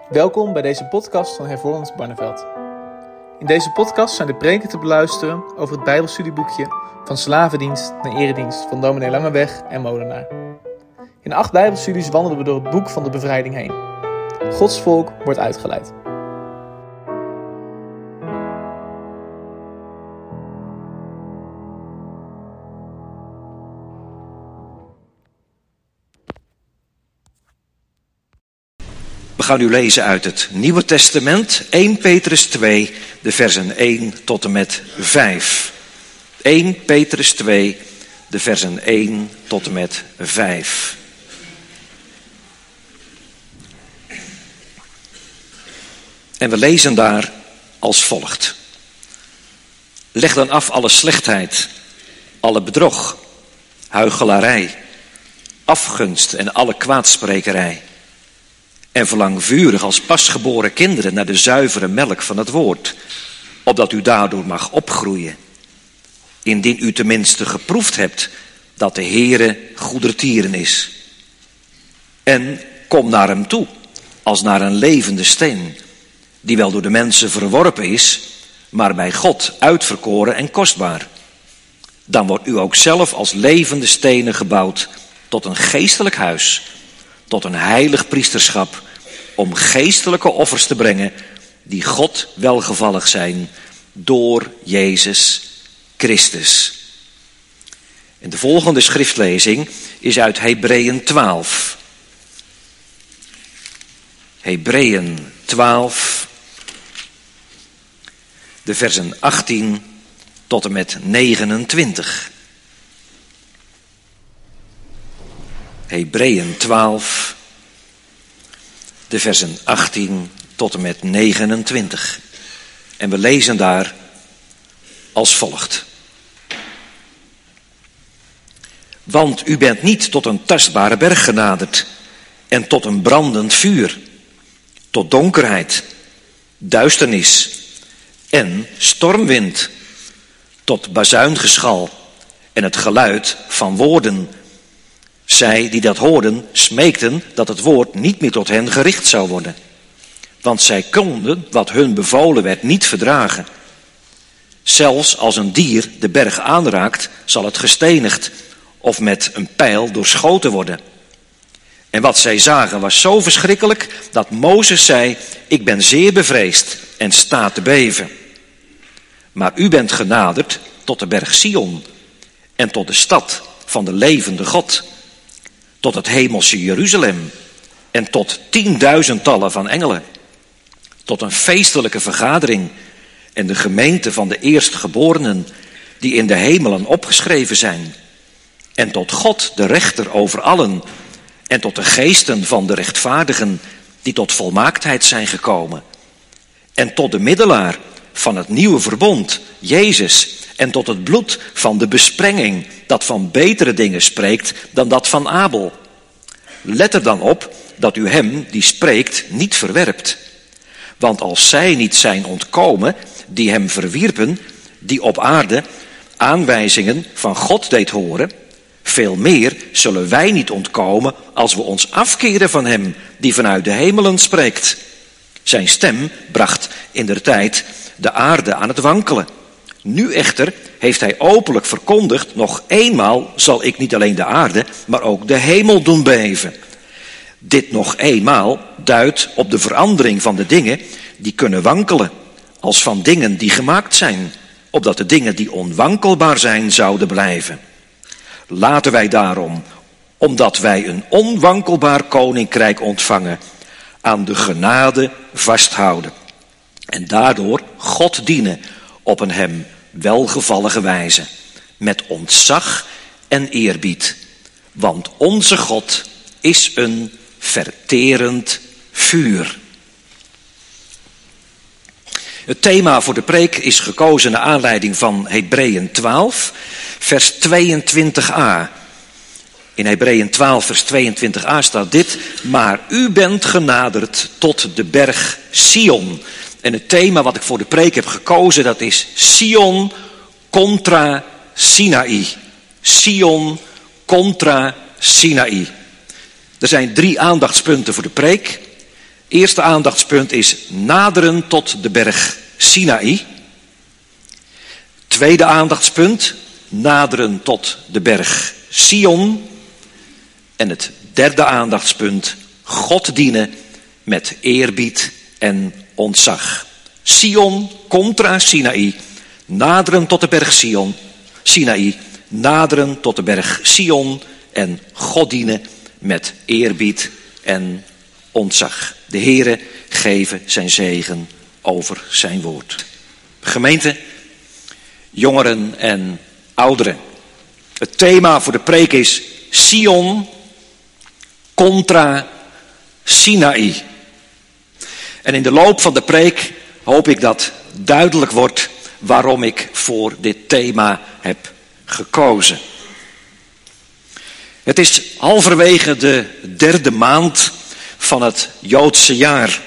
Welkom bij deze podcast van Hervormd Barneveld. In deze podcast zijn de preken te beluisteren over het Bijbelstudieboekje Van Slavendienst naar Eredienst van dominee Langeweg en Molenaar. In 8 Bijbelstudies wandelen we door het boek van de bevrijding heen. Gods volk wordt uitgeleid. We gaan nu lezen uit het Nieuwe Testament, 1 Petrus 2, de versen 1 tot en met 5. 1 Petrus 2, de versen 1 tot en met 5. En we lezen daar als volgt. Leg dan af alle slechtheid, alle bedrog, huichelarij, afgunst en alle kwaadsprekerij. En verlang vurig als pasgeboren kinderen naar de zuivere melk van het woord, opdat u daardoor mag opgroeien. Indien u tenminste geproefd hebt dat de Heere goedertieren is. En kom naar hem toe, als naar een levende steen, die wel door de mensen verworpen is, maar bij God uitverkoren en kostbaar. Dan wordt u ook zelf als levende stenen gebouwd tot een geestelijk huis, tot een heilig priesterschap, om geestelijke offers te brengen die God welgevallig zijn door Jezus Christus. En de volgende schriftlezing is uit Hebreeën 12. Hebreeën 12, de versen 18 tot en met 29. Hebreeën 12, de versen 18 tot en met 29. En we lezen daar als volgt. Want u bent niet tot een tastbare berg genaderd en tot een brandend vuur, tot donkerheid, duisternis en stormwind, tot bazuingeschal en het geluid van woorden. Zij die dat hoorden, smeekten dat het woord niet meer tot hen gericht zou worden. Want zij konden wat hun bevolen werd niet verdragen. Zelfs als een dier de berg aanraakt, zal het gestenigd of met een pijl doorschoten worden. En wat zij zagen was zo verschrikkelijk dat Mozes zei, ik ben zeer bevreesd en sta te beven. Maar u bent genaderd tot de berg Sion en tot de stad van de levende God, tot het hemelse Jeruzalem en tot 10.000-tallen van engelen, tot een feestelijke vergadering en de gemeente van de eerstgeborenen die in de hemelen opgeschreven zijn, en tot God de rechter over allen en tot de geesten van de rechtvaardigen die tot volmaaktheid zijn gekomen, en tot de middelaar van het nieuwe verbond, Jezus, en tot het bloed van de besprenging dat van betere dingen spreekt dan dat van Abel. Let er dan op dat u hem die spreekt niet verwerpt. Want als zij niet zijn ontkomen die hem verwierpen, die op aarde aanwijzingen van God deed horen, veel meer zullen wij niet ontkomen als we ons afkeren van hem die vanuit de hemelen spreekt. Zijn stem bracht indertijd de aarde aan het wankelen. Nu echter heeft hij openlijk verkondigd, nog eenmaal zal ik niet alleen de aarde, maar ook de hemel doen beven. Dit nog eenmaal duidt op de verandering van de dingen die kunnen wankelen, als van dingen die gemaakt zijn, opdat de dingen die onwankelbaar zijn zouden blijven. Laten wij daarom, omdat wij een onwankelbaar koninkrijk ontvangen, aan de genade vasthouden en daardoor God dienen op een hem welgevallige wijze, met ontzag en eerbied, want onze God is een verterend vuur. Het thema voor de preek is gekozen naar aanleiding van Hebreeën 12, vers 22a. In Hebreeën 12, vers 22a staat dit, maar u bent genaderd tot de berg Sion. En het thema wat ik voor de preek heb gekozen, dat is Sion contra Sinaï. Sion contra Sinaï. Er zijn 3 aandachtspunten voor de preek. Eerste aandachtspunt is naderen tot de berg Sinaï. Tweede aandachtspunt, naderen tot de berg Sion. En het derde aandachtspunt, God dienen met eerbied en ontzag. Sion contra Sinaï, naderen tot de berg Sinaï, naderen tot de berg Sion en God dienen met eerbied en ontzag. De Heere geven zijn zegen over zijn woord. Gemeente, jongeren en ouderen. Het thema voor de preek is Sion contra Sinaï. En in de loop van de preek hoop ik dat duidelijk wordt waarom ik voor dit thema heb gekozen. Het is halverwege de 3e maand van het Joodse jaar.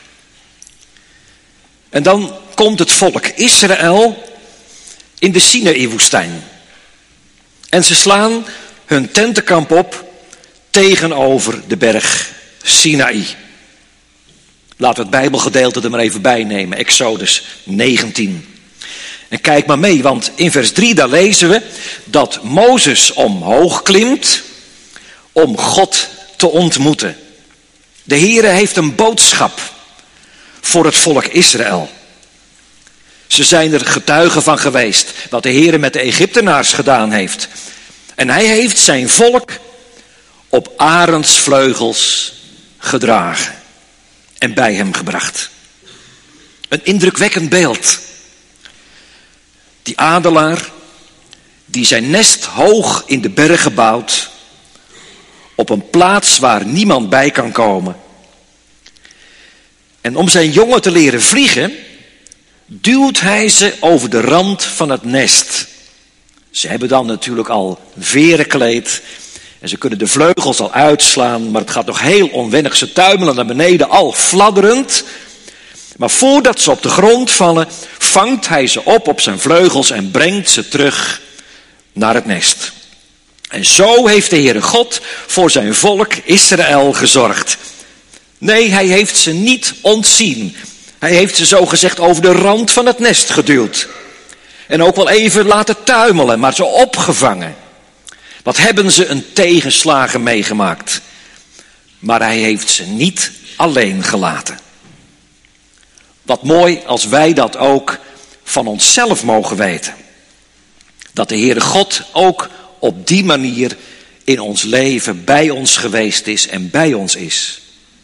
En dan komt het volk Israël in de Sinaï-woestijn. En ze slaan hun tentenkamp op tegenover de berg Sinaï. Laten we het Bijbelgedeelte er maar even bij nemen. Exodus 19. En kijk maar mee, want in vers 3 daar lezen we dat Mozes omhoog klimt om God te ontmoeten. De Heere heeft een boodschap voor het volk Israël. Ze zijn er getuigen van geweest wat de Heere met de Egyptenaars gedaan heeft. En hij heeft zijn volk op arendsvleugels gedragen en bij hem gebracht. Een indrukwekkend beeld. Die adelaar die zijn nest hoog in de bergen bouwt, op een plaats waar niemand bij kan komen. En om zijn jongen te leren vliegen, duwt hij ze over de rand van het nest. Ze hebben dan natuurlijk al verenkleed en ze kunnen de vleugels al uitslaan, maar het gaat nog heel onwennig. Ze tuimelen naar beneden, al fladderend. Maar voordat ze op de grond vallen, vangt hij ze op zijn vleugels en brengt ze terug naar het nest. En zo heeft de Heere God voor zijn volk Israël gezorgd. Nee, hij heeft ze niet ontzien. Hij heeft ze zogezegd over de rand van het nest geduwd. En ook wel even laten tuimelen, maar ze opgevangen. Wat hebben ze een tegenslagen meegemaakt. Maar hij heeft ze niet alleen gelaten. Wat mooi als wij dat ook van onszelf mogen weten. Dat de Heere God ook op die manier in ons leven bij ons geweest is en bij ons is.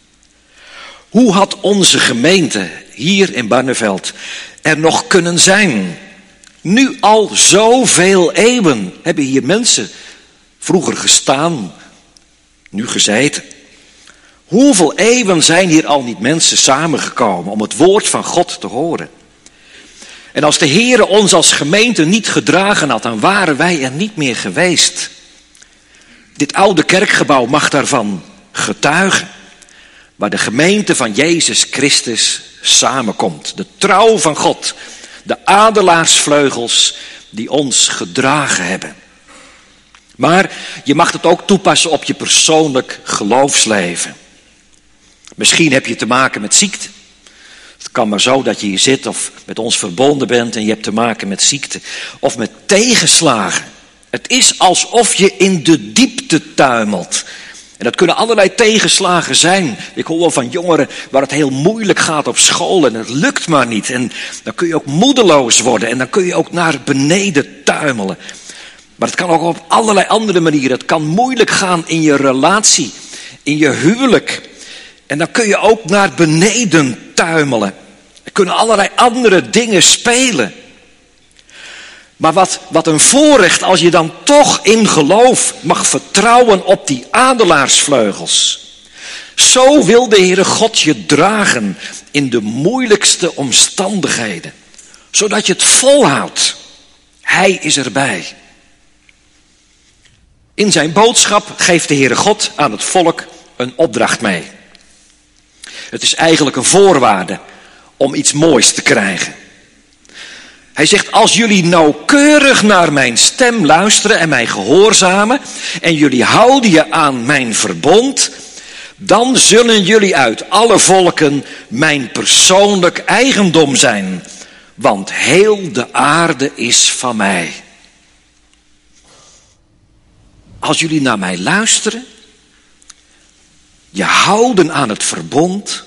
Hoe had onze gemeente hier in Barneveld er nog kunnen zijn? Nu al zoveel eeuwen hebben hier mensen vroeger gestaan, nu gezeten. Hoeveel eeuwen zijn hier al niet mensen samengekomen om het woord van God te horen? En als de Heere ons als gemeente niet gedragen had, dan waren wij er niet meer geweest. Dit oude kerkgebouw mag daarvan getuigen. Waar de gemeente van Jezus Christus samenkomt. De trouw van God. De adelaarsvleugels die ons gedragen hebben. Maar je mag het ook toepassen op je persoonlijk geloofsleven. Misschien heb je te maken met ziekte. Het kan maar zo dat je hier zit of met ons verbonden bent en je hebt te maken met ziekte. Of met tegenslagen. Het is alsof je in de diepte tuimelt. En dat kunnen allerlei tegenslagen zijn. Ik hoor wel van jongeren waar het heel moeilijk gaat op school en het lukt maar niet. En dan kun je ook moedeloos worden en dan kun je ook naar beneden tuimelen. Maar het kan ook op allerlei andere manieren. Het kan moeilijk gaan in je relatie, in je huwelijk. En dan kun je ook naar beneden tuimelen. Er kunnen allerlei andere dingen spelen. Maar wat een voorrecht als je dan toch in geloof mag vertrouwen op die adelaarsvleugels. Zo wil de Heere God je dragen in de moeilijkste omstandigheden. Zodat je het volhoudt. Hij is erbij. In zijn boodschap geeft de Heere God aan het volk een opdracht mee. Het is eigenlijk een voorwaarde om iets moois te krijgen. Hij zegt, als jullie nauwkeurig naar mijn stem luisteren en mij gehoorzamen en jullie houden je aan mijn verbond, Dan zullen jullie uit alle volken mijn persoonlijk eigendom zijn, want heel de aarde is van mij. Als jullie naar mij luisteren, je houden aan het verbond,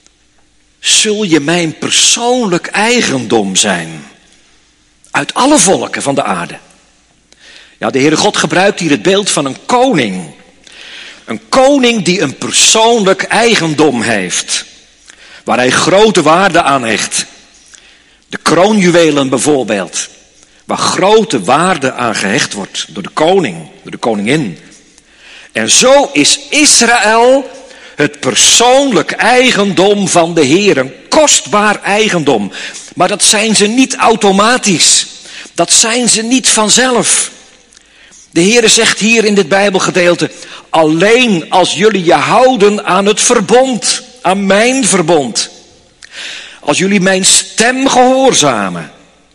zul je mijn persoonlijk eigendom zijn. Uit alle volken van de aarde. Ja, de Heere God gebruikt hier het beeld van een koning. Een koning die een persoonlijk eigendom heeft. Waar hij grote waarde aan hecht. De kroonjuwelen bijvoorbeeld. Waar grote waarde aan gehecht wordt door de koning, door de koningin. En zo is Israël het persoonlijk eigendom van de Heer. Een kostbaar eigendom. Maar dat zijn ze niet automatisch. Dat zijn ze niet vanzelf. De Heer zegt hier in dit Bijbelgedeelte, alleen als jullie je houden aan het verbond, aan mijn verbond. Als jullie mijn stem gehoorzamen,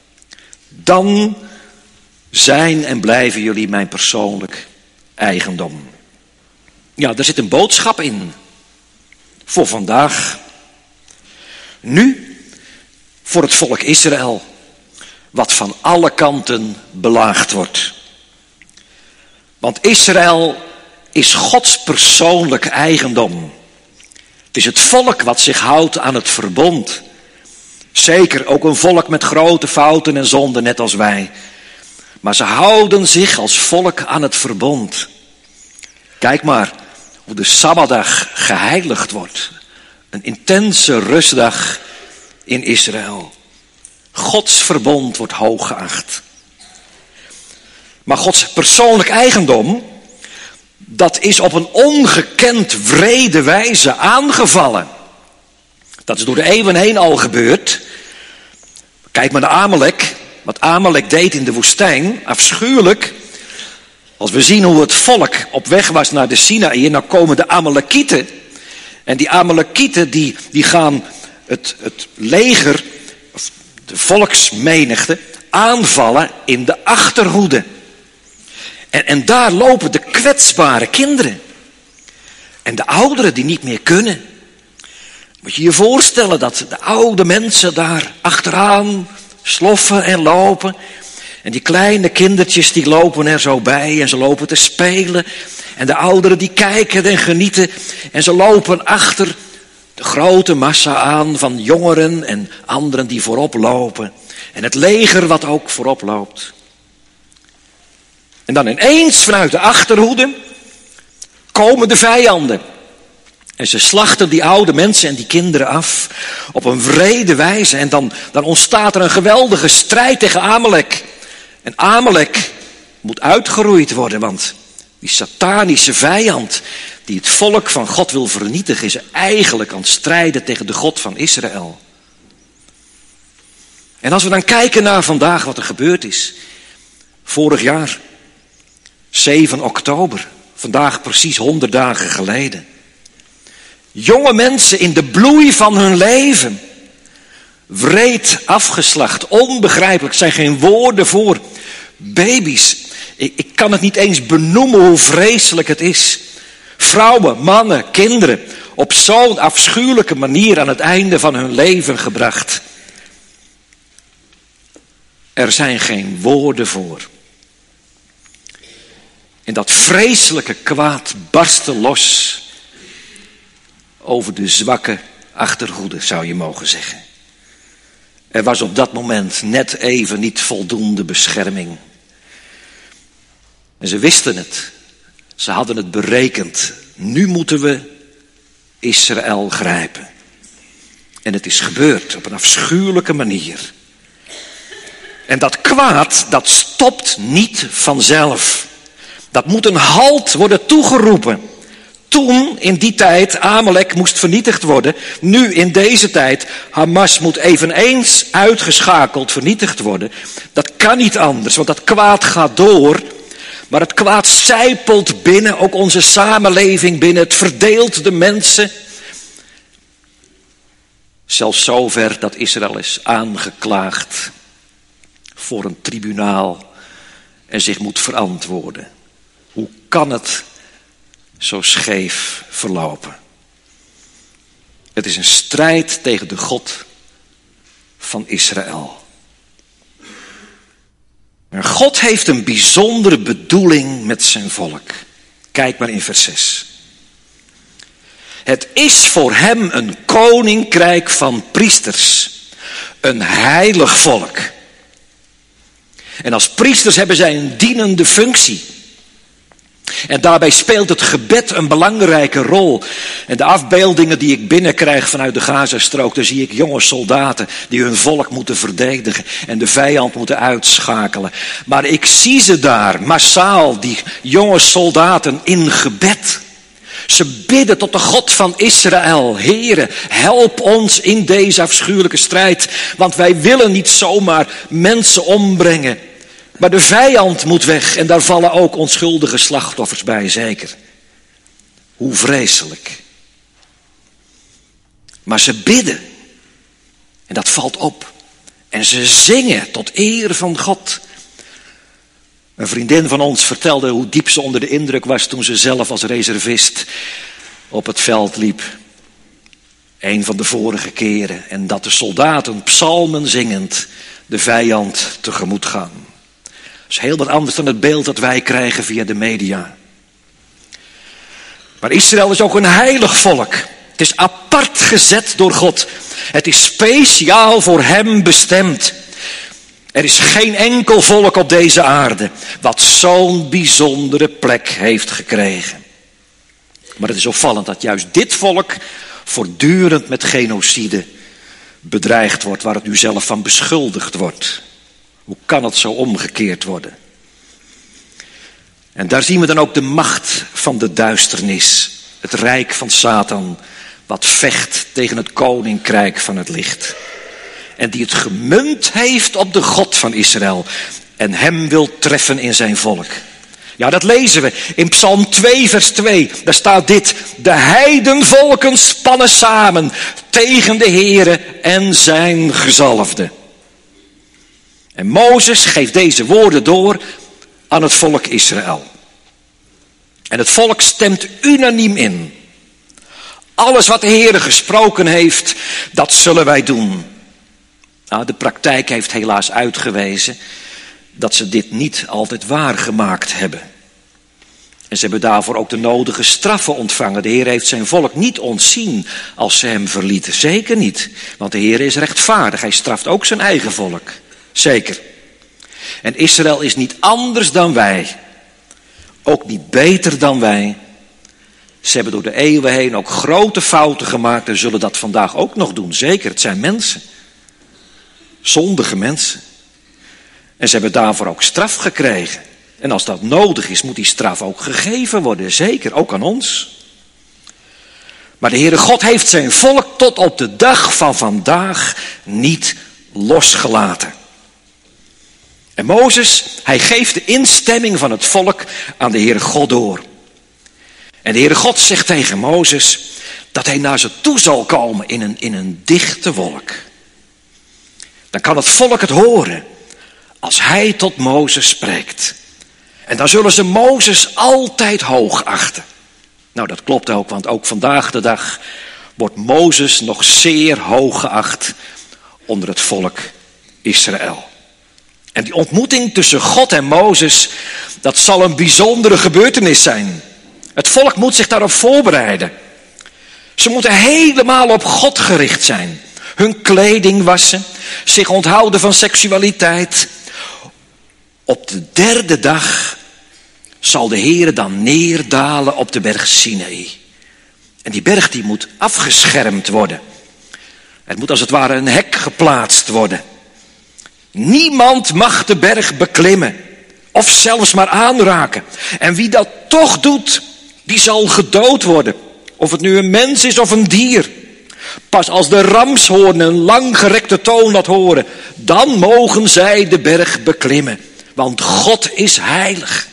dan zijn en blijven jullie mijn persoonlijk eigendom. Ja, daar zit een boodschap in. Voor vandaag. Nu, voor het volk Israël, wat van alle kanten belaagd wordt. Want Israël is Gods persoonlijk eigendom. Het is het volk wat zich houdt aan het verbond. Zeker ook een volk met grote fouten en zonden, net als wij. Maar ze houden zich als volk aan het verbond. Kijk maar hoe de Sabbatdag geheiligd wordt. Een intense rustdag in Israël. Gods verbond wordt hoog geacht. Maar Gods persoonlijk eigendom, dat is op een ongekend wrede wijze aangevallen. Dat is door de eeuwen heen al gebeurd. Kijk maar naar Amalek. Wat Amalek deed in de woestijn, afschuwelijk. Als we zien hoe het volk op weg was naar de Sinaï, dan komen de Amalekieten. En die Amalekieten die gaan het leger, de volksmenigte, aanvallen in de achterhoede. En daar lopen de kwetsbare kinderen. En de ouderen die niet meer kunnen. Moet je je voorstellen dat de oude mensen daar achteraan sloffen en lopen. En die kleine kindertjes die lopen er zo bij en ze lopen te spelen. En de ouderen die kijken en genieten. En ze lopen achter de grote massa aan van jongeren en anderen die voorop lopen. En het leger wat ook voorop loopt. En dan ineens vanuit de achterhoede komen de vijanden. En ze slachten die oude mensen en die kinderen af op een wrede wijze. En dan ontstaat er een geweldige strijd tegen Amalek. En Amalek moet uitgeroeid worden, want die satanische vijand die het volk van God wil vernietigen, is eigenlijk aan het strijden tegen de God van Israël. En als we dan kijken naar vandaag wat er gebeurd is. Vorig jaar, 7 oktober, vandaag precies 100 dagen geleden. Jonge mensen in de bloei van hun leven. Wreed afgeslacht, onbegrijpelijk, zijn geen woorden voor. Baby's, ik kan het niet eens benoemen hoe vreselijk het is. Vrouwen, mannen, kinderen, op zo'n afschuwelijke manier aan het einde van hun leven gebracht. Er zijn geen woorden voor. En dat vreselijke kwaad barstte los over de zwakke achterhoede, zou je mogen zeggen. Er was op dat moment net even niet voldoende bescherming. En ze wisten het. Ze hadden het berekend. Nu moeten we Israël grijpen. En het is gebeurd op een afschuwelijke manier. En dat kwaad, dat stopt niet vanzelf. Dat moet een halt worden toegeroepen. Toen, in die tijd, Amalek moest vernietigd worden. Nu, in deze tijd, Hamas moet eveneens uitgeschakeld vernietigd worden. Dat kan niet anders, want dat kwaad gaat door. Maar het kwaad sijpelt binnen, ook onze samenleving binnen. Het verdeelt de mensen. Zelfs zover dat Israël is aangeklaagd voor een tribunaal en zich moet verantwoorden. Hoe kan het zo scheef verlopen. Het is een strijd tegen de God van Israël. Maar God heeft een bijzondere bedoeling met zijn volk. Kijk maar in vers 6. Het is voor hem een koninkrijk van priesters. Een heilig volk. En als priesters hebben zij een dienende functie. En daarbij speelt het gebed een belangrijke rol. En de afbeeldingen die ik binnenkrijg vanuit de Gazastrook, daar zie ik jonge soldaten die hun volk moeten verdedigen en de vijand moeten uitschakelen. Maar ik zie ze daar, massaal, die jonge soldaten in gebed. Ze bidden tot de God van Israël. Heere, help ons in deze afschuwelijke strijd. Want wij willen niet zomaar mensen ombrengen. Maar de vijand moet weg en daar vallen ook onschuldige slachtoffers bij, zeker. Hoe vreselijk. Maar ze bidden. En dat valt op. En ze zingen tot eer van God. Een vriendin van ons vertelde hoe diep ze onder de indruk was toen ze zelf als reservist op het veld liep. Een van de vorige keren. En dat de soldaten psalmen zingend de vijand tegemoet gaan. Dat is heel wat anders dan het beeld dat wij krijgen via de media. Maar Israël is ook een heilig volk. Het is apart gezet door God. Het is speciaal voor hem bestemd. Er is geen enkel volk op deze aarde wat zo'n bijzondere plek heeft gekregen. Maar het is opvallend dat juist dit volk voortdurend met genocide bedreigd wordt, waar het nu zelf van beschuldigd wordt. Hoe kan het zo omgekeerd worden? En daar zien we dan ook de macht van de duisternis. Het rijk van Satan, wat vecht tegen het koninkrijk van het licht. En die het gemunt heeft op de God van Israël. En hem wil treffen in zijn volk. Ja, dat lezen we in Psalm 2 vers 2. Daar staat dit. De heidenvolken spannen samen tegen de Heere en zijn gezalfde. En Mozes geeft deze woorden door aan het volk Israël. En het volk stemt unaniem in. Alles wat de Heere gesproken heeft, dat zullen wij doen. Nou, de praktijk heeft helaas uitgewezen dat ze dit niet altijd waargemaakt hebben. En ze hebben daarvoor ook de nodige straffen ontvangen. De Heer heeft zijn volk niet ontzien als ze hem verlieten. Zeker niet, want de Heer is rechtvaardig. Hij straft ook zijn eigen volk. Zeker. En Israël is niet anders dan wij. Ook niet beter dan wij. Ze hebben door de eeuwen heen ook grote fouten gemaakt en zullen dat vandaag ook nog doen. Zeker, het zijn mensen. Zondige mensen. En ze hebben daarvoor ook straf gekregen. En als dat nodig is, moet die straf ook gegeven worden. Zeker, ook aan ons. Maar de Heere God heeft zijn volk tot op de dag van vandaag niet losgelaten. En Mozes, hij geeft de instemming van het volk aan de Heere God door. En de Heere God zegt tegen Mozes dat hij naar ze toe zal komen in een dichte wolk. Dan kan het volk het horen als hij tot Mozes spreekt. En dan zullen ze Mozes altijd hoog achten. Nou, dat klopt ook, want ook vandaag de dag wordt Mozes nog zeer hoog geacht onder het volk Israël. En die ontmoeting tussen God en Mozes, dat zal een bijzondere gebeurtenis zijn. Het volk moet zich daarop voorbereiden. Ze moeten helemaal op God gericht zijn. Hun kleding wassen, zich onthouden van seksualiteit. Op de derde dag zal de Heere dan neerdalen op de berg Sinaï. En die berg die moet afgeschermd worden. Er moet als het ware een hek geplaatst worden. Niemand mag de berg beklimmen of zelfs maar aanraken. En wie dat toch doet, die zal gedood worden. Of het nu een mens is of een dier. Pas als de ramshoorn een langgerekte toon laat horen, dan mogen zij de berg beklimmen. Want God is heilig.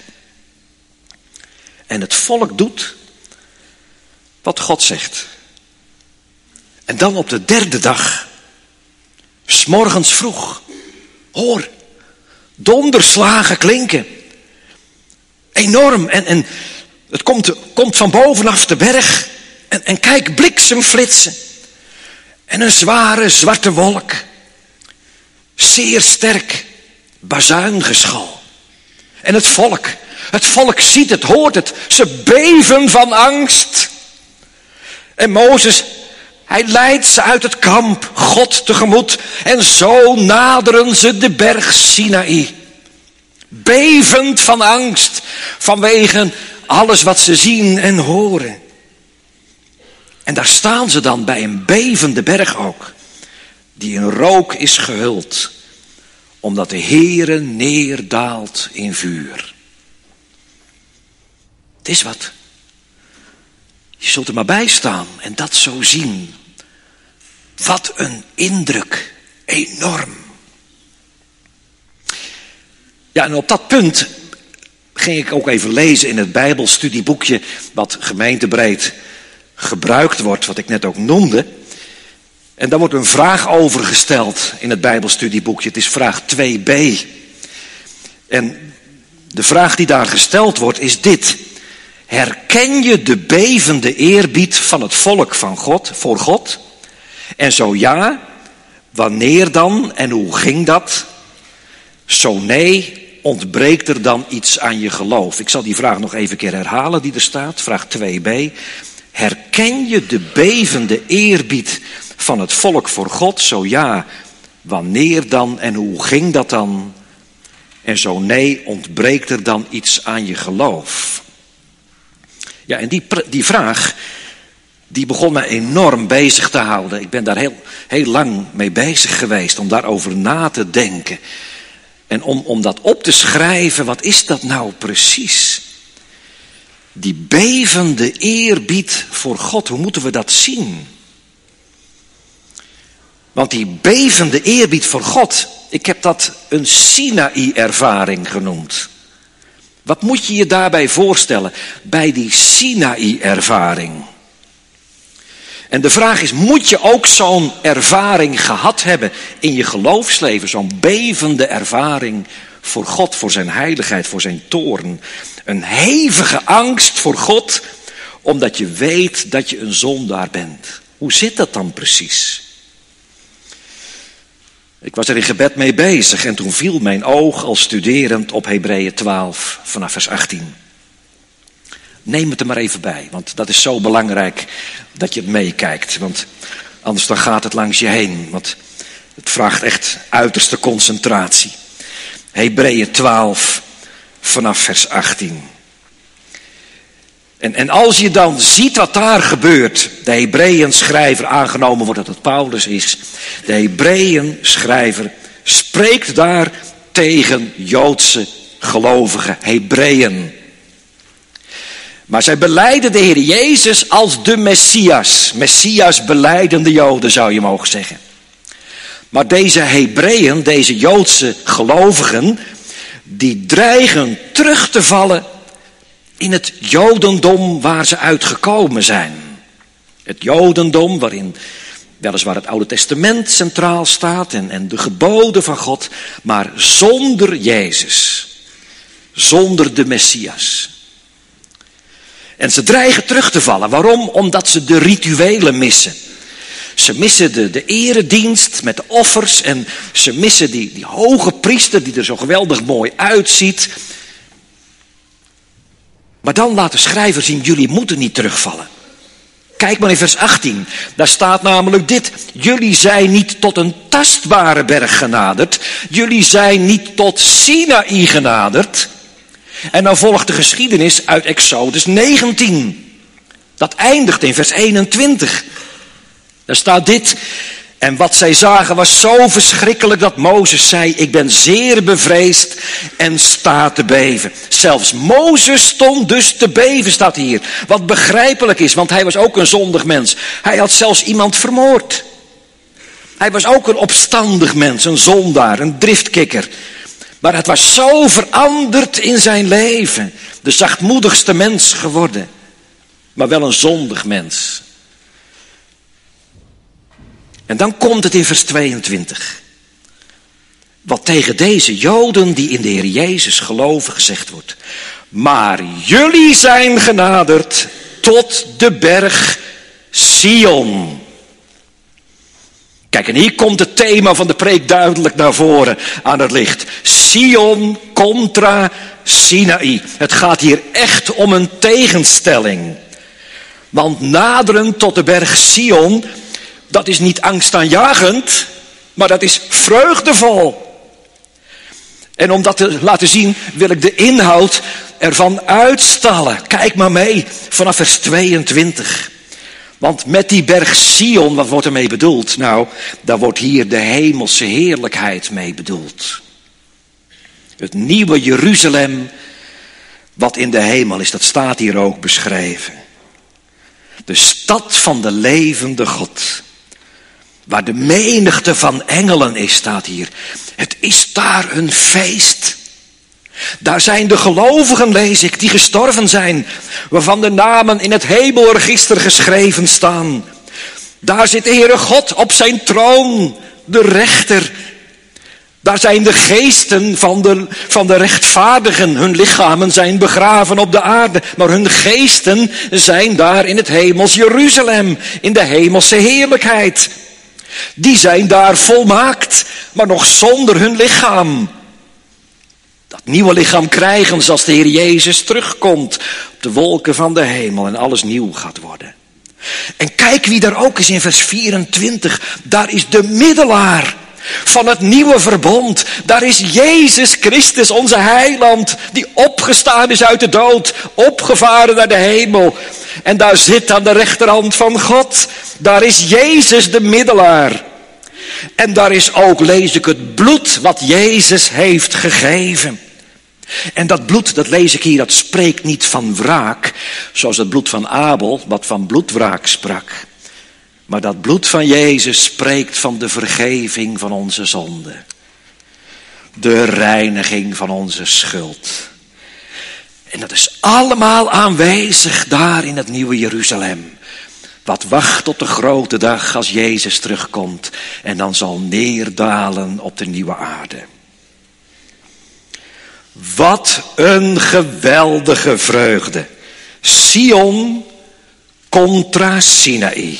En het volk doet wat God zegt. En dan op de derde dag, 's morgens vroeg, hoor, donderslagen klinken. Enorm. En Het komt van bovenaf de berg. En kijk, bliksemflitsen. En een zware zwarte wolk. Zeer sterk bazuingeschal. En het volk ziet het, hoort het. Ze beven van angst. En Mozes, hij leidt ze uit het kamp, God tegemoet. En zo naderen ze de berg Sinaï. Bevend van angst, vanwege alles wat ze zien en horen. En daar staan ze dan bij een bevende berg ook, die in rook is gehuld, omdat de Heere neerdaalt in vuur. Het is wat. Je zult er maar bij staan en dat zo zien. Wat een indruk, enorm. Ja, en op dat punt ging ik ook even lezen in het Bijbelstudieboekje, wat gemeentebreed gebruikt wordt, wat ik net ook noemde. En daar wordt een vraag over gesteld in het Bijbelstudieboekje. Het is vraag 2b. En de vraag die daar gesteld wordt is dit. Herken je de bevende eerbied van het volk van God, voor God? En zo ja, wanneer dan en hoe ging dat? Zo nee, ontbreekt er dan iets aan je geloof? Ik zal die vraag nog even een keer herhalen die er staat, vraag 2b. Herken je de bevende eerbied van het volk voor God? Zo ja, wanneer dan en hoe ging dat dan? En zo nee, ontbreekt er dan iets aan je geloof? Ja, en die vraag, die begon me enorm bezig te houden. Ik ben daar heel lang mee bezig geweest om daarover na te denken. En om dat op te schrijven, wat is dat nou precies? Die bevende eerbied voor God, hoe moeten we dat zien? Want die bevende eerbied voor God, ik heb dat een Sinaï-ervaring genoemd. Wat moet je je daarbij voorstellen, bij die Sinaï-ervaring? En de vraag is, moet je ook zo'n ervaring gehad hebben in je geloofsleven? Zo'n bevende ervaring voor God, voor zijn heiligheid, voor zijn toorn. Een hevige angst voor God, omdat je weet dat je een zondaar bent. Hoe zit dat dan precies? Ik was er in gebed mee bezig en toen viel mijn oog als studerend op Hebreeën 12 vanaf vers 18. Neem het er maar even bij, want dat is zo belangrijk dat je het meekijkt. Want anders dan gaat het langs je heen, want het vraagt echt uiterste concentratie. Hebreeën 12 vanaf vers 18. En als je dan ziet wat daar gebeurt, de Hebreeën-schrijver, aangenomen wordt dat het Paulus is, de Hebreeën-schrijver spreekt daar tegen Joodse gelovigen, Hebreeën. Maar zij belijden de Heer Jezus als de Messias. Messias belijdende Joden zou je mogen zeggen. Maar deze Hebreeën, deze Joodse gelovigen, die dreigen terug te vallen in het Jodendom waar ze uitgekomen zijn. Het Jodendom waarin weliswaar het Oude Testament centraal staat en de geboden van God, maar zonder Jezus, zonder de Messias. En ze dreigen terug te vallen. Waarom? Omdat ze de rituelen missen. Ze missen de eredienst met de offers en ze missen die hoge priester die er zo geweldig mooi uitziet. Maar dan laat de schrijver zien, jullie moeten niet terugvallen. Kijk maar in vers 18, daar staat namelijk dit. Jullie zijn niet tot een tastbare berg genaderd. Jullie zijn niet tot Sinaï genaderd. En dan volgt de geschiedenis uit Exodus 19. Dat eindigt in vers 21. Daar staat dit. En wat zij zagen was zo verschrikkelijk dat Mozes zei, ik ben zeer bevreesd en sta te beven. Zelfs Mozes stond dus te beven, staat hier. Wat begrijpelijk is, want hij was ook een zondig mens. Hij had zelfs iemand vermoord. Hij was ook een opstandig mens, een zondaar, een driftkikker. Maar het was zo veranderd in zijn leven. De zachtmoedigste mens geworden. Maar wel een zondig mens. En dan komt het in vers 22. Wat tegen deze Joden die in de Heer Jezus geloven gezegd wordt. Maar jullie zijn genaderd tot de berg Sion. Kijk, en hier komt het thema van de preek duidelijk naar voren aan het licht. Sion contra Sinaï. Het gaat hier echt om een tegenstelling. Want naderen tot de berg Sion, dat is niet angstaanjagend, maar dat is vreugdevol. En om dat te laten zien wil ik de inhoud ervan uitstallen. Kijk maar mee vanaf vers 22. Want met die berg Sion, wat wordt ermee bedoeld? Nou, daar wordt hier de hemelse heerlijkheid mee bedoeld. Het nieuwe Jeruzalem, wat in de hemel is, dat staat hier ook beschreven. De stad van de levende God. Waar de menigte van engelen is, staat hier. Het is daar een feest. Daar zijn de gelovigen, lees ik, die gestorven zijn, waarvan de namen in het hemelregister geschreven staan. Daar zit de Heere God op zijn troon, de rechter. Daar zijn de geesten van de rechtvaardigen. Hun lichamen zijn begraven op de aarde, maar hun geesten zijn daar in het hemels Jeruzalem, in de hemelse heerlijkheid. Die zijn daar volmaakt, maar nog zonder hun lichaam. Dat nieuwe lichaam krijgen ze als de Heer Jezus terugkomt op de wolken van de hemel en alles nieuw gaat worden. En kijk wie daar ook is in vers 24. Daar is de middelaar van het nieuwe verbond. Daar is Jezus Christus, onze heiland, die opgestaan is uit de dood, opgevaren naar de hemel. En daar zit aan de rechterhand van God. Daar is Jezus de middelaar. En daar is ook, lees ik, het bloed wat Jezus heeft gegeven. En dat bloed, dat lees ik hier, dat spreekt niet van wraak, zoals het bloed van Abel, wat van bloedwraak sprak. Maar dat bloed van Jezus spreekt van de vergeving van onze zonden. De reiniging van onze schuld. En dat is allemaal aanwezig daar in het nieuwe Jeruzalem. Wat wacht op de grote dag als Jezus terugkomt en dan zal neerdalen op de nieuwe aarde. Wat een geweldige vreugde. Sion contra Sinaï.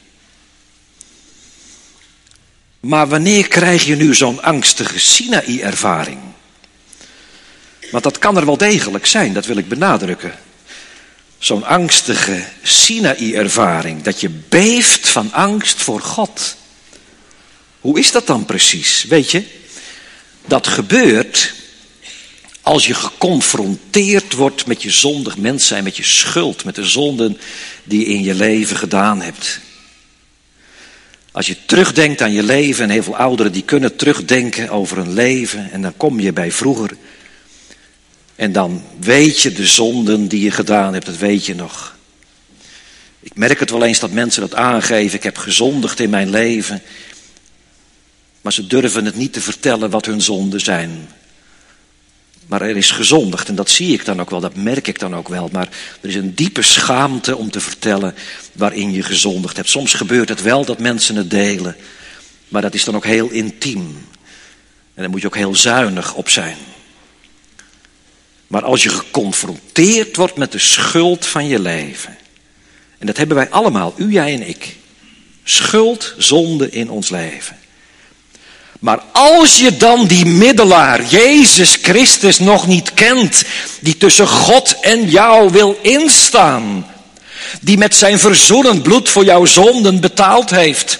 Maar wanneer krijg je nu zo'n angstige Sinaï-ervaring? Want dat kan er wel degelijk zijn, dat wil ik benadrukken. Zo'n angstige Sinaï-ervaring, dat je beeft van angst voor God. Hoe is dat dan precies? Weet je, dat gebeurt als je geconfronteerd wordt met je zondig mens zijn, met je schuld, met de zonden die je in je leven gedaan hebt. Als je terugdenkt aan je leven, en heel veel ouderen die kunnen terugdenken over hun leven, en dan kom je bij vroeger. En dan weet je de zonden die je gedaan hebt, dat weet je nog. Ik merk het wel eens dat mensen dat aangeven, ik heb gezondigd in mijn leven. Maar ze durven het niet te vertellen wat hun zonden zijn. Maar er is gezondigd en dat zie ik dan ook wel, dat merk ik dan ook wel. Maar er is een diepe schaamte om te vertellen waarin je gezondigd hebt. Soms gebeurt het wel dat mensen het delen, maar dat is dan ook heel intiem. En daar moet je ook heel zuinig op zijn. Maar als je geconfronteerd wordt met de schuld van je leven. En dat hebben wij allemaal, u, jij en ik. Schuld, zonde in ons leven. Maar als je dan die middelaar, Jezus Christus, nog niet kent, die tussen God en jou wil instaan, die met zijn verzoenend bloed voor jouw zonden betaald heeft.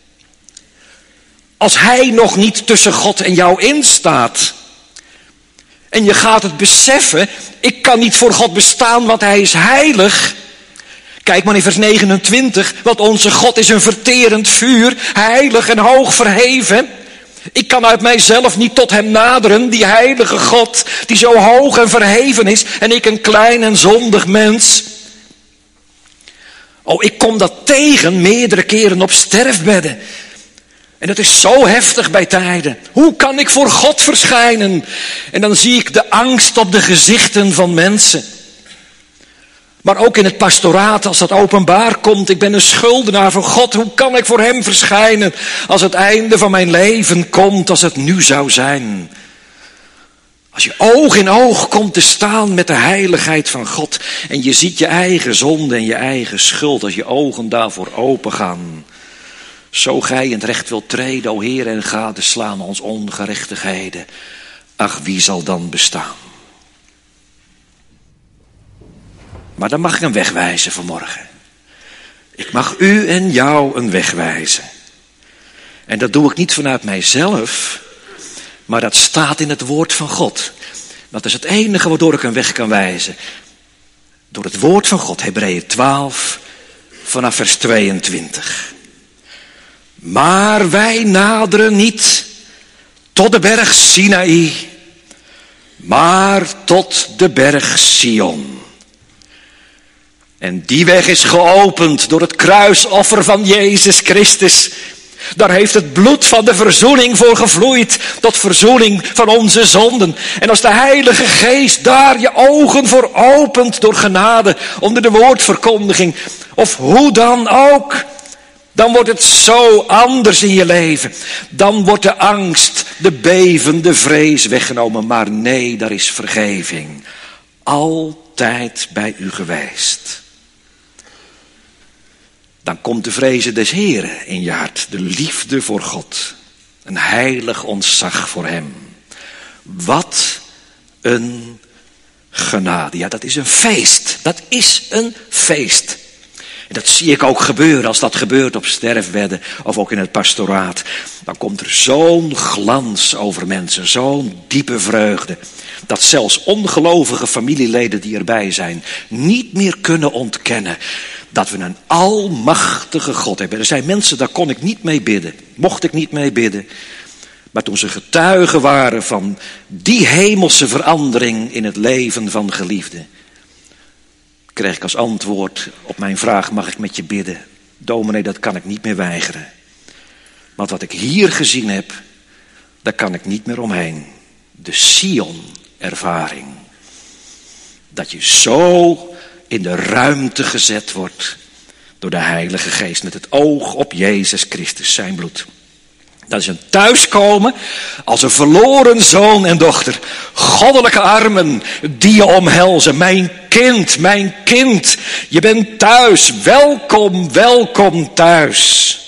Als hij nog niet tussen God en jou instaat, en je gaat het beseffen, ik kan niet voor God bestaan, want hij is heilig. Kijk maar in vers 29, want onze God is een verterend vuur, heilig en hoog verheven. Ik kan uit mijzelf niet tot hem naderen, die heilige God, die zo hoog en verheven is, en ik een klein en zondig mens. Oh, ik kom dat tegen meerdere keren op sterfbedden. En dat is zo heftig bij tijden. Hoe kan ik voor God verschijnen? En dan zie ik de angst op de gezichten van mensen. Maar ook in het pastoraat, als dat openbaar komt, ik ben een schuldenaar voor God. Hoe kan ik voor hem verschijnen als het einde van mijn leven komt, als het nu zou zijn? Als je oog in oog komt te staan met de heiligheid van God. En je ziet je eigen zonde en je eigen schuld. Als je ogen daarvoor open gaan. Zo gij in het recht wilt treden, o Heer, en gadeslaan ons ongerechtigheden. Ach, wie zal dan bestaan? Maar dan mag ik een weg wijzen vanmorgen. Ik mag u en jou een weg wijzen. En dat doe ik niet vanuit mijzelf, maar dat staat in het woord van God. Dat is het enige waardoor ik een weg kan wijzen. Door het woord van God, Hebreeën 12, vanaf vers 22. Maar wij naderen niet tot de berg Sinaï, maar tot de berg Sion. En die weg is geopend door het kruisoffer van Jezus Christus. Daar heeft het bloed van de verzoening voor gevloeid, tot verzoening van onze zonden. En als de Heilige Geest daar je ogen voor opent door genade, onder de woordverkondiging, of hoe dan ook, dan wordt het zo anders in je leven. Dan wordt de angst, de beven, de vrees weggenomen. Maar nee, daar is vergeving. Altijd bij u geweest. Dan komt de vrezen des Heren in je hart. De liefde voor God. Een heilig ontzag voor hem. Wat een genade. Ja, dat is een feest. Dat is een feest. En dat zie ik ook gebeuren als dat gebeurt op sterfbedden of ook in het pastoraat. Dan komt er zo'n glans over mensen, zo'n diepe vreugde. Dat zelfs ongelovige familieleden die erbij zijn niet meer kunnen ontkennen dat we een almachtige God hebben. Er zijn mensen, daar kon ik niet mee bidden, mocht ik niet mee bidden. Maar toen ze getuigen waren van die hemelse verandering in het leven van geliefden, kreeg ik als antwoord op mijn vraag, mag ik met je bidden? Dominee, dat kan ik niet meer weigeren. Maar wat ik hier gezien heb, daar kan ik niet meer omheen. De Sion-ervaring. Dat je zo in de ruimte gezet wordt door de Heilige Geest met het oog op Jezus Christus, zijn bloed. Dat is een thuiskomen als een verloren zoon en dochter. Goddelijke armen die je omhelzen. Mijn kind, je bent thuis. Welkom, welkom thuis.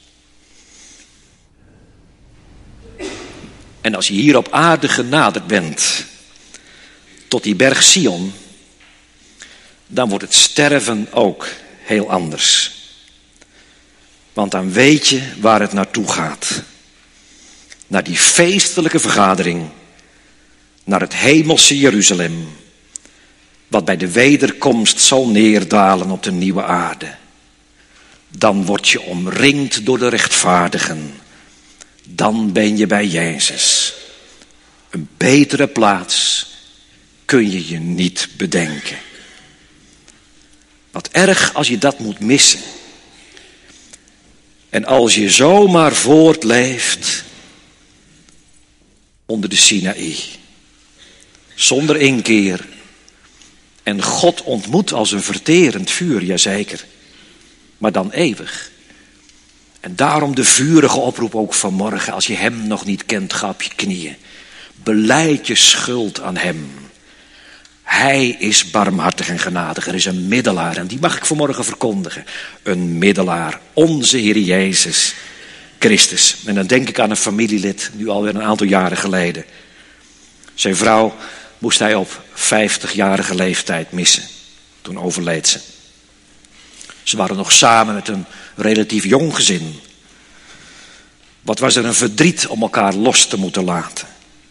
En als je hier op aarde genaderd bent tot die berg Sion, dan wordt het sterven ook heel anders. Want dan weet je waar het naartoe gaat. Naar die feestelijke vergadering. Naar het hemelse Jeruzalem. Wat bij de wederkomst zal neerdalen op de nieuwe aarde. Dan word je omringd door de rechtvaardigen. Dan ben je bij Jezus. Een betere plaats kun je je niet bedenken. Wat erg als je dat moet missen. En als je zomaar voortleeft onder de Sinaï, zonder inkeer, en God ontmoet als een verterend vuur, jazeker, maar dan eeuwig. En daarom de vurige oproep ook vanmorgen, als je hem nog niet kent, ga op je knieën. Belijd je schuld aan hem. Hij is barmhartig en genadig. Er is een middelaar en die mag ik vanmorgen verkondigen. Een middelaar, onze Heer Jezus Christus. En dan denk ik aan een familielid, nu alweer een aantal jaren geleden. Zijn vrouw moest hij op 50-jarige leeftijd missen. Toen overleed ze. Ze waren nog samen met een relatief jong gezin. Wat was er een verdriet om elkaar los te moeten laten.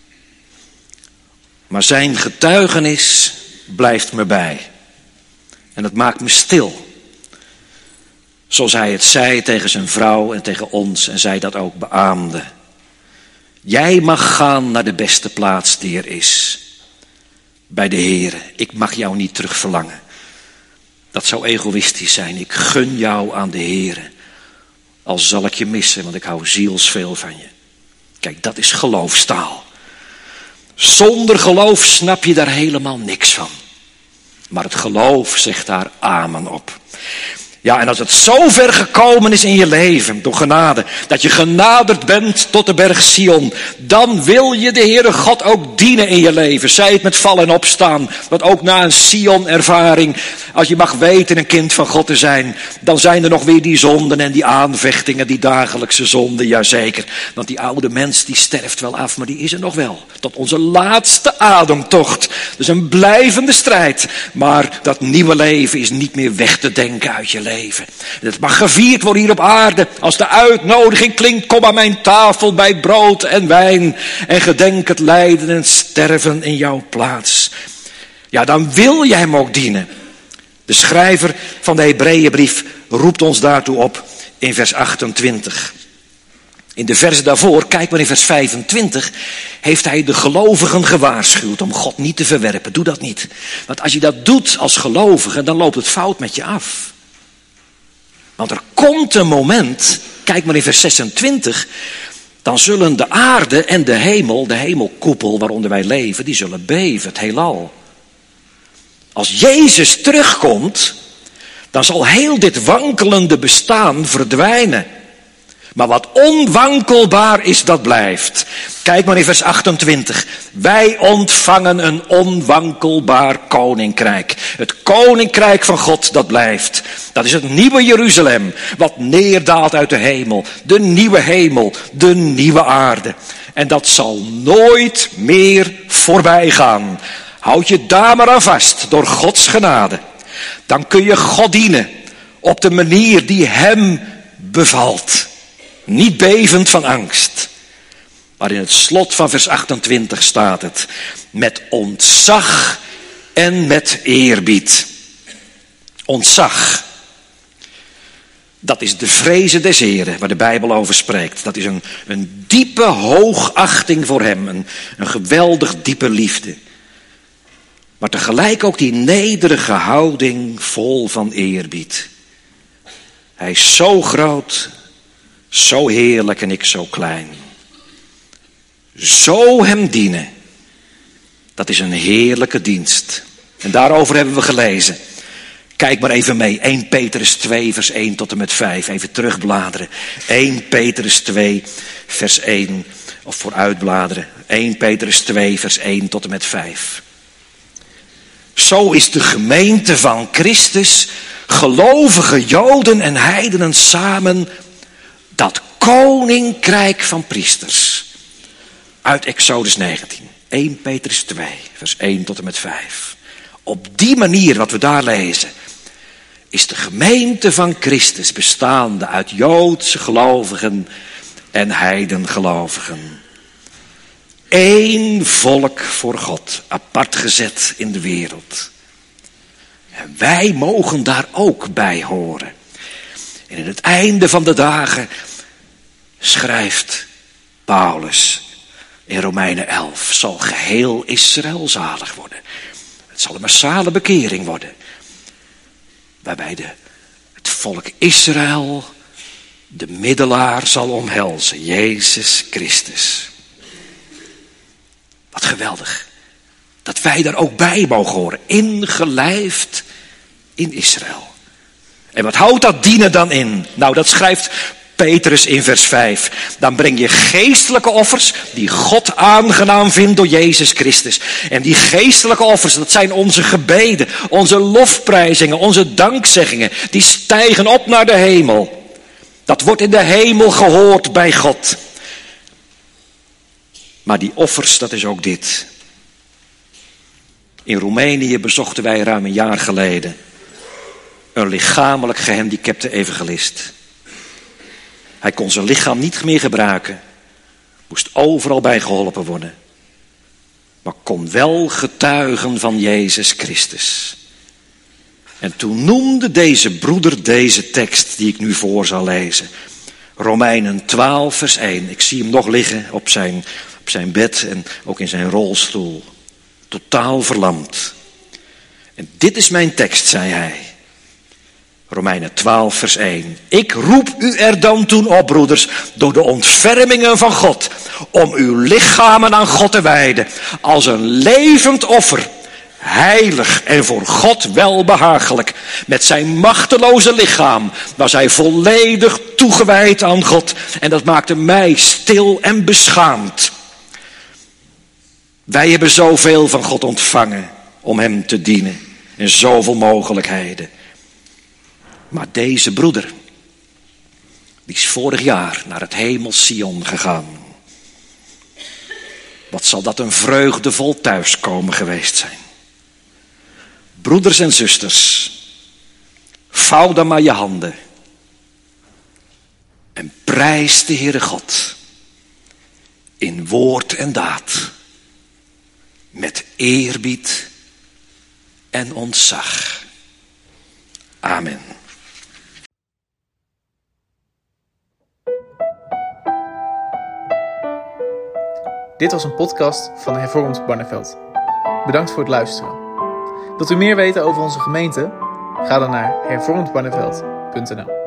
Maar zijn getuigenis blijft me bij. En het maakt me stil. Zoals hij het zei tegen zijn vrouw en tegen ons en zij dat ook beaamde. Jij mag gaan naar de beste plaats die er is. Bij de Heere. Ik mag jou niet terug verlangen. Dat zou egoïstisch zijn. Ik gun jou aan de Heere. Al zal ik je missen, want ik hou zielsveel van je. Kijk, dat is geloofstaal. Zonder geloof snap je daar helemaal niks van. Maar het geloof zegt daar amen op. Ja, en als het zo ver gekomen is in je leven, door genade, dat je genaderd bent tot de berg Sion, dan wil je de Heere God ook dienen in je leven. Zij het met vallen en opstaan, want ook na een Sion-ervaring, als je mag weten een kind van God te zijn, dan zijn er nog weer die zonden en die aanvechtingen, die dagelijkse zonden, jazeker. Want die oude mens die sterft wel af, maar die is er nog wel. Tot onze laatste ademtocht. Dus een blijvende strijd. Maar dat nieuwe leven is niet meer weg te denken uit je leven. Het mag gevierd worden hier op aarde. Als de uitnodiging klinkt, kom aan mijn tafel bij brood en wijn. En gedenk het lijden en sterven in jouw plaats. Ja, dan wil je hem ook dienen. De schrijver van de Hebreeënbrief roept ons daartoe op in vers 28. In de versen daarvoor, kijk maar in vers 25, heeft hij de gelovigen gewaarschuwd om God niet te verwerpen. Doe dat niet. Want als je dat doet als gelovige, dan loopt het fout met je af. Want er komt een moment, kijk maar in vers 26, dan zullen de aarde en de hemelkoepel waaronder wij leven, die zullen beven, het heelal. Als Jezus terugkomt, dan zal heel dit wankelende bestaan verdwijnen. Maar wat onwankelbaar is, dat blijft. Kijk maar in vers 28. Wij ontvangen een onwankelbaar koninkrijk. Het koninkrijk van God, dat blijft. Dat is het nieuwe Jeruzalem, wat neerdaalt uit de hemel. De nieuwe hemel, de nieuwe aarde. En dat zal nooit meer voorbij gaan. Houd je daar maar aan vast, door Gods genade. Dan kun je God dienen op de manier die hem bevalt. Niet bevend van angst. Maar in het slot van vers 28 staat het. Met ontzag en met eerbied. Ontzag. Dat is de vrezen des Heren, waar de Bijbel over spreekt. Dat is een diepe hoogachting voor hem. Een geweldig diepe liefde. Maar tegelijk ook die nederige houding vol van eerbied. Hij is zo groot, zo heerlijk en ik zo klein. Zo hem dienen, dat is een heerlijke dienst. En daarover hebben we gelezen. Kijk maar even mee, 1 Petrus 2 vers 1 tot en met 5. Even terugbladeren. 1 Petrus 2 vers 1, of vooruitbladeren. 1 Petrus 2 vers 1 tot en met 5. Zo is de gemeente van Christus, gelovige Joden en heidenen samen, dat koninkrijk van priesters. Uit Exodus 19. 1 Petrus 2 vers 1 tot en met 5. Op die manier, wat we daar lezen, is de gemeente van Christus bestaande uit Joodse gelovigen en heidengelovigen. Eén volk voor God, apart gezet in de wereld. En wij mogen daar ook bij horen. En in het einde van de dagen schrijft Paulus in Romeinen 11, zal geheel Israël zalig worden. Het zal een massale bekering worden. Waarbij het volk Israël de middelaar zal omhelzen, Jezus Christus. Wat geweldig. Dat wij daar ook bij mogen horen. Ingelijfd in Israël. En wat houdt dat dienen dan in? Nou, dat schrijft Petrus in vers 5. Dan breng je geestelijke offers die God aangenaam vindt door Jezus Christus. En die geestelijke offers, dat zijn onze gebeden, onze lofprijzingen, onze dankzeggingen. Die stijgen op naar de hemel. Dat wordt in de hemel gehoord bij God. Maar die offers, dat is ook dit. In Roemenië bezochten wij ruim een jaar geleden een lichamelijk gehandicapte evangelist. Hij kon zijn lichaam niet meer gebruiken. Moest overal bij geholpen worden. Maar kon wel getuigen van Jezus Christus. En toen noemde deze broeder deze tekst die ik nu voor zal lezen. Romeinen 12 vers 1. Ik zie hem nog liggen op zijn bed en ook in zijn rolstoel. Totaal verlamd. En dit is mijn tekst, zei hij. Romeinen 12 vers 1. Ik roep u er dan toen op, broeders, door de ontfermingen van God, om uw lichamen aan God te wijden, als een levend offer, heilig en voor God welbehagelijk. Met zijn machteloze lichaam was hij volledig toegewijd aan God. En dat maakte mij stil en beschaamd. Wij hebben zoveel van God ontvangen om hem te dienen. En zoveel mogelijkheden. Maar deze broeder, die is vorig jaar naar het hemel Sion gegaan. Wat zal dat een vreugdevol thuiskomen geweest zijn. Broeders en zusters, vouw dan maar je handen. En prijs de Heere God. In woord en daad. Met eerbied en ontzag. Amen. Dit was een podcast van Hervormd Barneveld. Bedankt voor het luisteren. Wilt u meer weten over onze gemeente? Ga dan naar hervormdbarneveld.nl